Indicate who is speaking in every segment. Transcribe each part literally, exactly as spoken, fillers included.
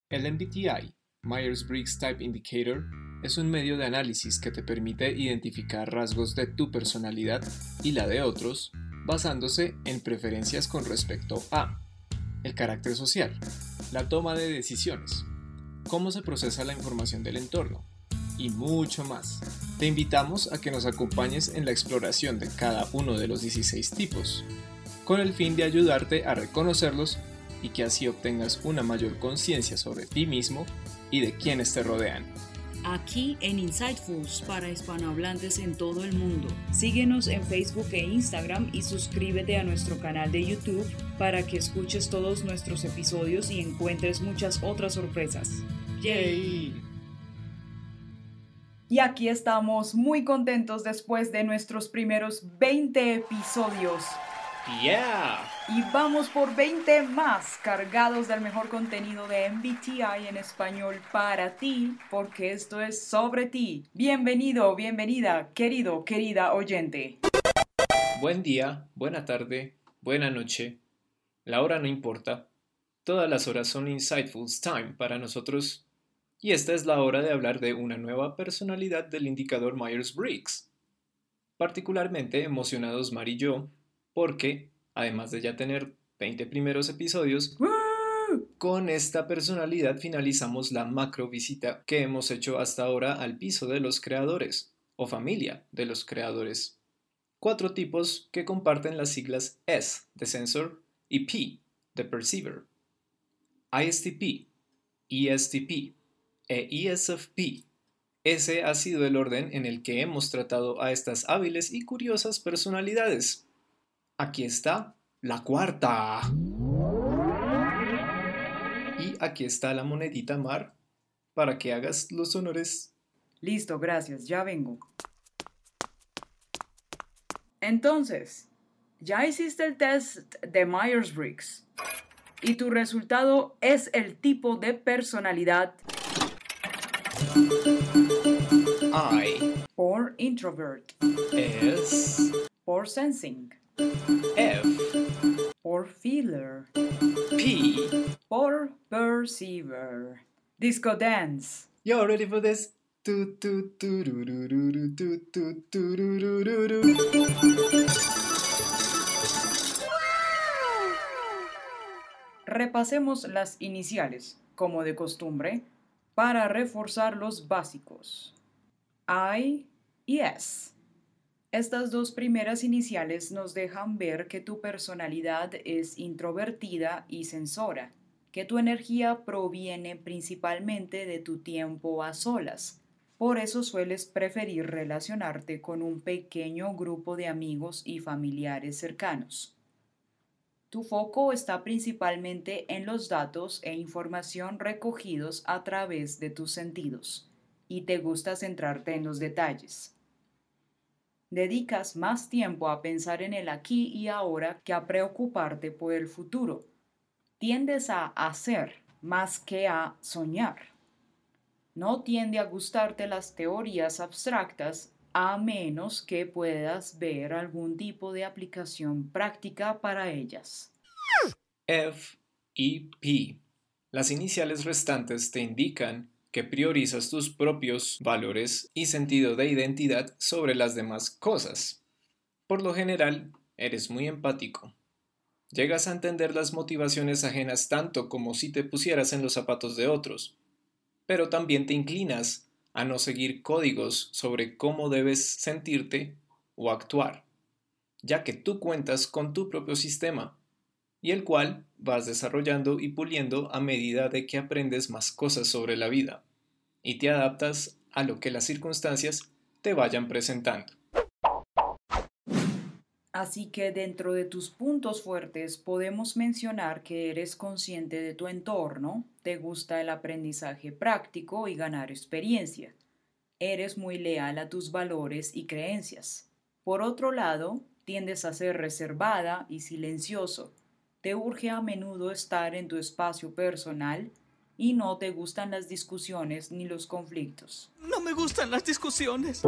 Speaker 1: El M B T I, Myers-Briggs Type Indicator, es un medio de análisis que te permite identificar rasgos de tu personalidad y la de otros, basándose en preferencias con respecto a el carácter social, la toma de decisiones, cómo se procesa la información del entorno y mucho más. Te invitamos a que nos acompañes en la exploración de cada uno de los dieciséis tipos, con el fin de ayudarte a reconocerlos y que así obtengas una mayor conciencia sobre ti mismo y de quienes te rodean.
Speaker 2: Aquí en Insightfuls para hispanohablantes en todo el mundo. Síguenos en Facebook e Instagram y suscríbete a nuestro canal de YouTube para que escuches todos nuestros episodios y encuentres muchas otras sorpresas.
Speaker 1: ¡Yay!
Speaker 3: Y aquí estamos muy contentos después de nuestros primeros veinte episodios.
Speaker 1: ¡Yeah!
Speaker 3: Y vamos por veinte más, cargados del mejor contenido de M B T I en español para ti, porque esto es sobre ti. Bienvenido, bienvenida, querido, querida oyente.
Speaker 1: Buen día, buena tarde, buena noche. La hora no importa. Todas las horas son Insightfuls Time para nosotros. Y esta es la hora de hablar de una nueva personalidad del indicador Myers-Briggs. Particularmente emocionados Mar y yo, porque, además de ya tener veinte primeros episodios,
Speaker 3: ¡Woo!
Speaker 1: Con esta personalidad finalizamos la macro visita que hemos hecho hasta ahora al piso de los creadores, o familia de los creadores. Cuatro tipos que comparten las siglas S de Sensor y P de Perceiver. I S T P, E S T P e E S F P. Ese ha sido el orden en el que hemos tratado a estas hábiles y curiosas personalidades. Aquí está la cuarta. Y aquí está la monedita, Mar, para que hagas los honores.
Speaker 3: Listo, gracias, ya vengo. Entonces, ya hiciste el test de Myers-Briggs y tu resultado es el tipo de personalidad
Speaker 1: I
Speaker 3: por introvert,
Speaker 1: S
Speaker 3: por sensing,
Speaker 1: F
Speaker 3: por feeler,
Speaker 1: P.
Speaker 3: por perceiver. Disco dance.
Speaker 1: Y'all ready for this? Tu, tu, turururu, tu, tu, turururu.
Speaker 3: Repasemos las iniciales, como de costumbre, para reforzar los básicos. I y S. Estas dos primeras iniciales nos dejan ver que tu personalidad es introvertida y sensora, que tu energía proviene principalmente de tu tiempo a solas. Por eso sueles preferir relacionarte con un pequeño grupo de amigos y familiares cercanos. Tu foco está principalmente en los datos e información recogidos a través de tus sentidos, y te gusta centrarte en los detalles. Dedicas más tiempo a pensar en el aquí y ahora que a preocuparte por el futuro. Tiendes a hacer más que a soñar. No tiende a gustarte las teorías abstractas a menos que puedas ver algún tipo de aplicación práctica para ellas.
Speaker 1: F y P. Las iniciales restantes te indican que priorizas tus propios valores y sentido de identidad sobre las demás cosas. Por lo general, eres muy empático. Llegas a entender las motivaciones ajenas tanto como si te pusieras en los zapatos de otros, pero también te inclinas a no seguir códigos sobre cómo debes sentirte o actuar, ya que tú cuentas con tu propio sistema, y el cual vas desarrollando y puliendo a medida de que aprendes más cosas sobre la vida, y te adaptas a lo que las circunstancias te vayan presentando.
Speaker 3: Así que dentro de tus puntos fuertes podemos mencionar que eres consciente de tu entorno, te gusta el aprendizaje práctico y ganar experiencia. Eres muy leal a tus valores y creencias. Por otro lado, tiendes a ser reservada y silencioso. Te urge a menudo estar en tu espacio personal y no te gustan las discusiones ni los conflictos.
Speaker 4: No me gustan las discusiones.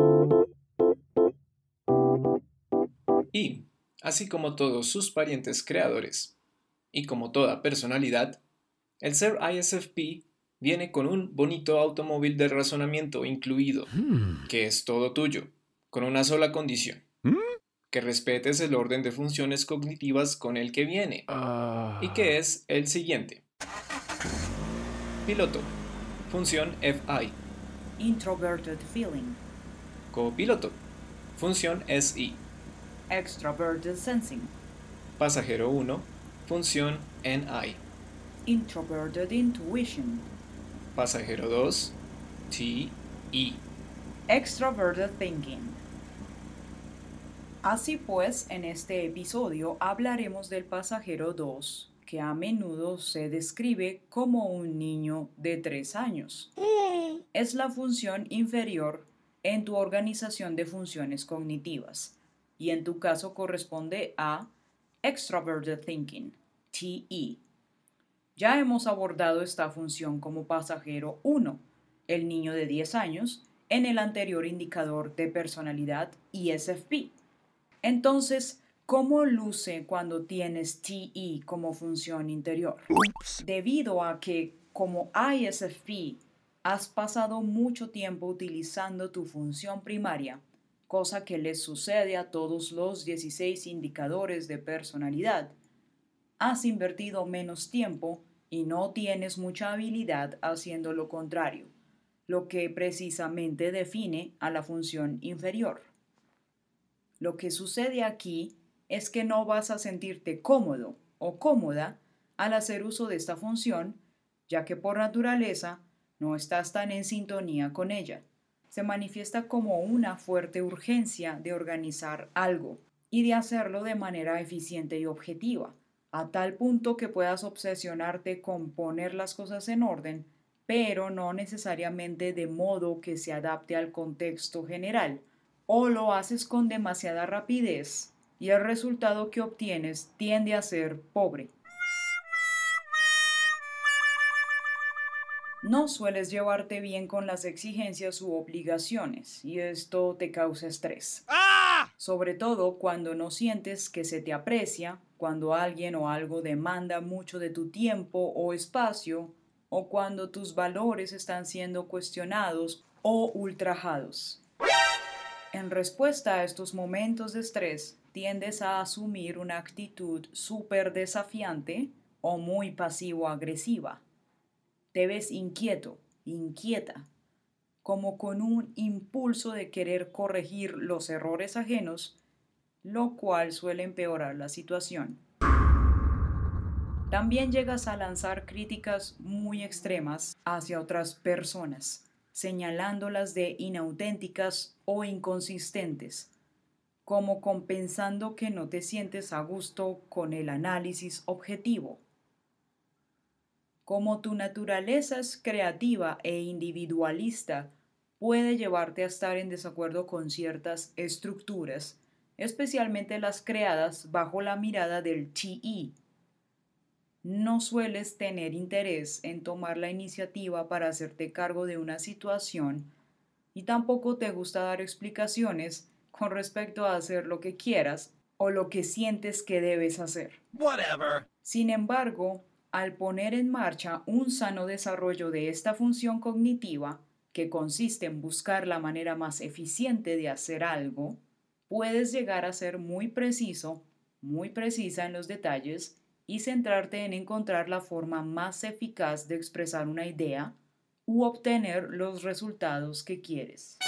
Speaker 1: Y, así como todos sus parientes creadores, y como toda personalidad, el ser I S F P Viene con un bonito automóvil de razonamiento incluido, que es todo tuyo, con una sola condición: que respetes el orden de funciones cognitivas con el que viene, y que es el siguiente. Piloto, función F I.
Speaker 3: Introverted feeling.
Speaker 1: Copiloto, función S I.
Speaker 3: Extroverted sensing.
Speaker 1: Pasajero uno, función N I.
Speaker 3: Introverted intuition.
Speaker 1: Pasajero dos, T E.
Speaker 3: Extroverted thinking. Así pues, en este episodio hablaremos del pasajero dos, que a menudo se describe como un niño de tres años. Es la función inferior en tu organización de funciones cognitivas, y en tu caso corresponde a Extroverted Thinking, T E. Ya hemos abordado esta función como pasajero uno, el niño de diez años, en el anterior indicador de personalidad E S F P. Entonces, ¿cómo luce cuando tienes T E como función interior? Ups. Debido a que, como I S F P, has pasado mucho tiempo utilizando tu función primaria, cosa que les sucede a todos los dieciséis indicadores de personalidad, has invertido menos tiempo y no tienes mucha habilidad haciendo lo contrario, lo que precisamente define a la función inferior. Lo que sucede aquí es que no vas a sentirte cómodo o cómoda al hacer uso de esta función, ya que por naturaleza no estás tan en sintonía con ella. Se manifiesta como una fuerte urgencia de organizar algo y de hacerlo de manera eficiente y objetiva, a tal punto que puedas obsesionarte con poner las cosas en orden, pero no necesariamente de modo que se adapte al contexto general, o lo haces con demasiada rapidez y el resultado que obtienes tiende a ser pobre. No sueles llevarte bien con las exigencias u obligaciones y esto te causa estrés. ¡Ah! Sobre todo cuando no sientes que se te aprecia, cuando alguien o algo demanda mucho de tu tiempo o espacio, o cuando tus valores están siendo cuestionados o ultrajados. En respuesta a estos momentos de estrés, tiendes a asumir una actitud súper desafiante o muy pasivo-agresiva. Te ves inquieto, inquieta, como con un impulso de querer corregir los errores ajenos, lo cual suele empeorar la situación. También llegas a lanzar críticas muy extremas hacia otras personas, señalándolas de inauténticas o inconsistentes, como compensando que no te sientes a gusto con el análisis objetivo. Como tu naturaleza es creativa e individualista, puede llevarte a estar en desacuerdo con ciertas estructuras, especialmente las creadas bajo la mirada del T E. No sueles tener interés en tomar la iniciativa para hacerte cargo de una situación y tampoco te gusta dar explicaciones con respecto a hacer lo que quieras o lo que sientes que debes hacer. Whatever. Sin embargo, al poner en marcha un sano desarrollo de esta función cognitiva, que consiste en buscar la manera más eficiente de hacer algo, puedes llegar a ser muy preciso, muy precisa en los detalles y centrarte en encontrar la forma más eficaz de expresar una idea u obtener los resultados que quieres.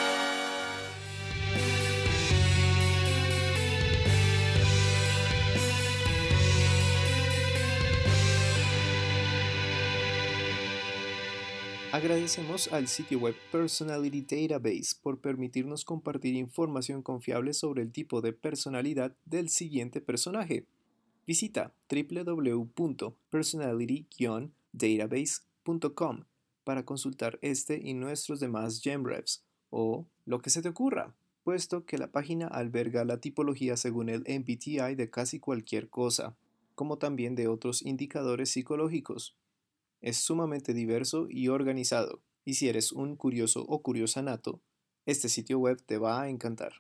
Speaker 1: Agradecemos al sitio web Personality Database por permitirnos compartir información confiable sobre el tipo de personalidad del siguiente personaje. Visita w w w punto personality dash database punto com para consultar este y nuestros demás GemRefs, o lo que se te ocurra, puesto que la página alberga la tipología según el M B T I de casi cualquier cosa, como también de otros indicadores psicológicos. Es sumamente diverso y organizado, y si eres un curioso o curiosa nato, este sitio web te va a encantar.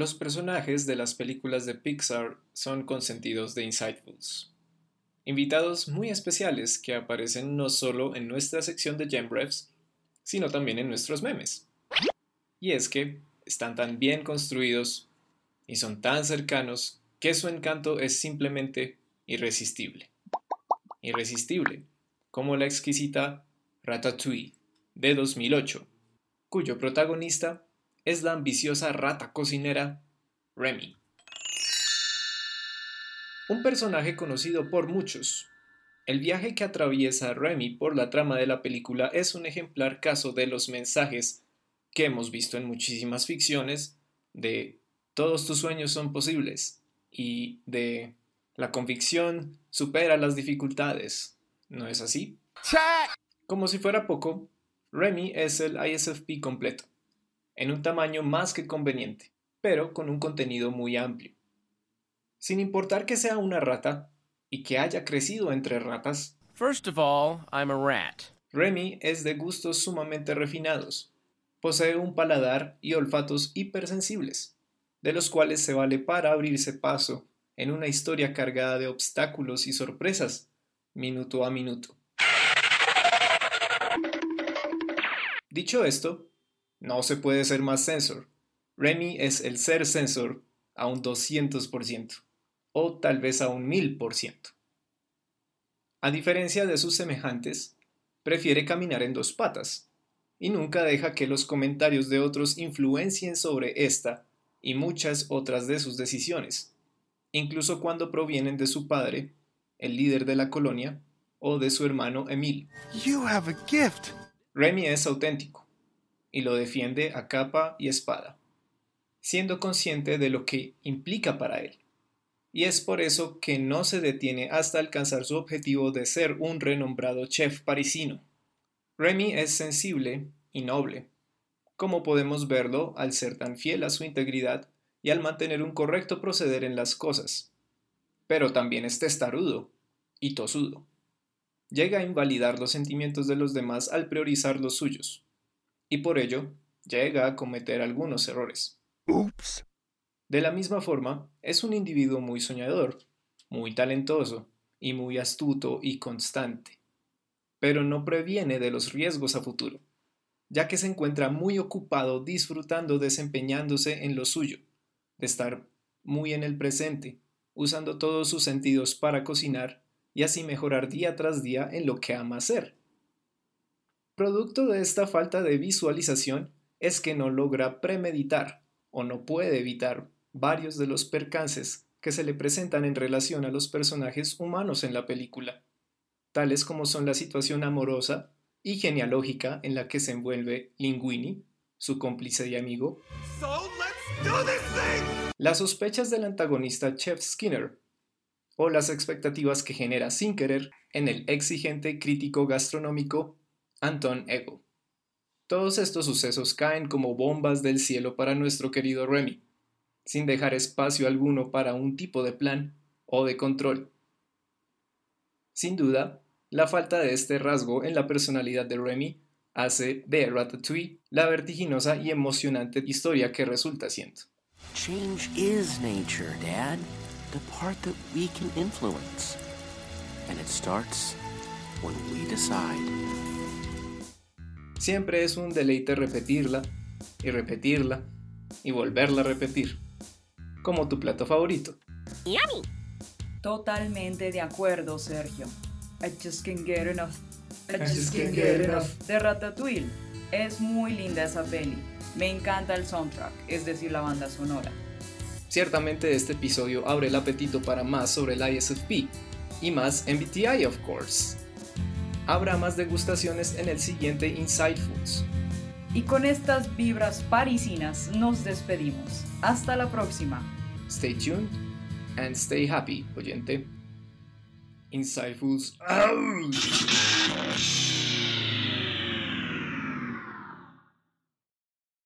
Speaker 1: Los personajes de las películas de Pixar son consentidos de Insightfuls. Invitados muy especiales que aparecen no solo en nuestra sección de GemRefs, sino también en nuestros memes. Y es que están tan bien construidos y son tan cercanos que su encanto es simplemente irresistible. Irresistible, como la exquisita Ratatouille de dos mil ocho, cuyo protagonista es la ambiciosa rata cocinera Remy. Un personaje conocido por muchos. El viaje que atraviesa Remy por la trama de la película es un ejemplar caso de los mensajes que hemos visto en muchísimas ficciones de todos tus sueños son posibles y de la convicción supera las dificultades. ¿No es así? Como si fuera poco, Remy es el I S F P completo, en un tamaño más que conveniente, pero con un contenido muy amplio. Sin importar que sea una rata y que haya crecido entre ratas,
Speaker 4: First of all, I'm a rat.
Speaker 1: Remy es de gustos sumamente refinados. Posee un paladar y olfatos hipersensibles, de los cuales se vale para abrirse paso en una historia cargada de obstáculos y sorpresas, minuto a minuto. Dicho esto, no se puede ser más sensor. Remy es el ser sensor a un doscientos por ciento, o tal vez a un mil por ciento. A diferencia de sus semejantes, prefiere caminar en dos patas, y nunca deja que los comentarios de otros influencien sobre esta y muchas otras de sus decisiones, incluso cuando provienen de su padre, el líder de la colonia, o de su hermano Emile.
Speaker 5: You have a gift.
Speaker 1: Remy es auténtico, y lo defiende a capa y espada, siendo consciente de lo que implica para él. Y es por eso que no se detiene hasta alcanzar su objetivo de ser un renombrado chef parisino. Remy es sensible y noble, como podemos verlo al ser tan fiel a su integridad y al mantener un correcto proceder en las cosas. Pero también es testarudo y tosudo. Llega a invalidar los sentimientos de los demás al priorizar los suyos, y por ello llega a cometer algunos errores.
Speaker 5: Oops.
Speaker 1: De la misma forma, es un individuo muy soñador, muy talentoso y muy astuto y constante, pero no previene de los riesgos a futuro, ya que se encuentra muy ocupado disfrutando desempeñándose en lo suyo, de estar muy en el presente, usando todos sus sentidos para cocinar y así mejorar día tras día en lo que ama hacer. Producto de esta falta de visualización es que no logra premeditar o no puede evitar varios de los percances que se le presentan en relación a los personajes humanos en la película, tales como son la situación amorosa y genealógica en la que se envuelve Linguini, su cómplice y amigo,
Speaker 5: So let's do this thing.
Speaker 1: las sospechas del antagonista Chef Skinner, o las expectativas que genera sin querer en el exigente crítico gastronómico Anton Ego. Todos estos sucesos caen como bombas del cielo para nuestro querido Remy, sin dejar espacio alguno para un tipo de plan o de control. Sin duda, la falta de este rasgo en la personalidad de Remy hace de Ratatouille la vertiginosa y emocionante historia que resulta siendo.
Speaker 6: Change is nature, Dad. The part that we can influence. And it starts when we decide.
Speaker 1: Siempre es un deleite repetirla y repetirla y volverla a repetir, como tu plato favorito.
Speaker 3: Totalmente de acuerdo, Sergio. I just can't get enough. I
Speaker 1: I just can't get enough.
Speaker 3: De Ratatouille. Es muy linda esa peli. Me encanta el soundtrack, es decir, la banda sonora.
Speaker 1: Ciertamente este episodio abre el apetito para más sobre el I S F P y más M B T I, of course. Habrá más degustaciones en el siguiente Insightfuls.
Speaker 3: Y con estas vibras parisinas nos despedimos. Hasta la próxima.
Speaker 1: Stay tuned and stay happy, oyente. Insightfuls out.